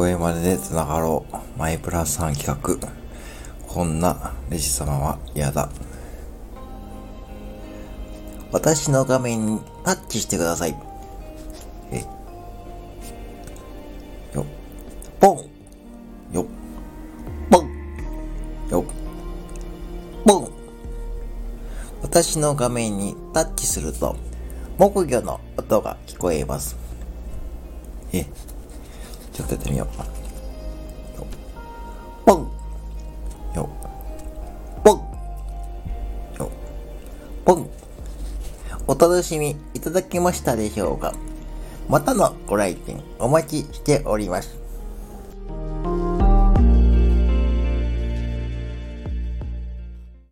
声まででつながろう。マイプラス3企画。こんなレジ様は嫌だ。私の画面にタッチしてください。よっ。ポン。よっ。ポン。よっ。ポン。私の画面にタッチすると、木魚の音が聞こえます。ちょっとやってみよう。ポン。よっ。ポン。よっ。ポン。お楽しみいただけましたでしょうか。またのご来店お待ちしております。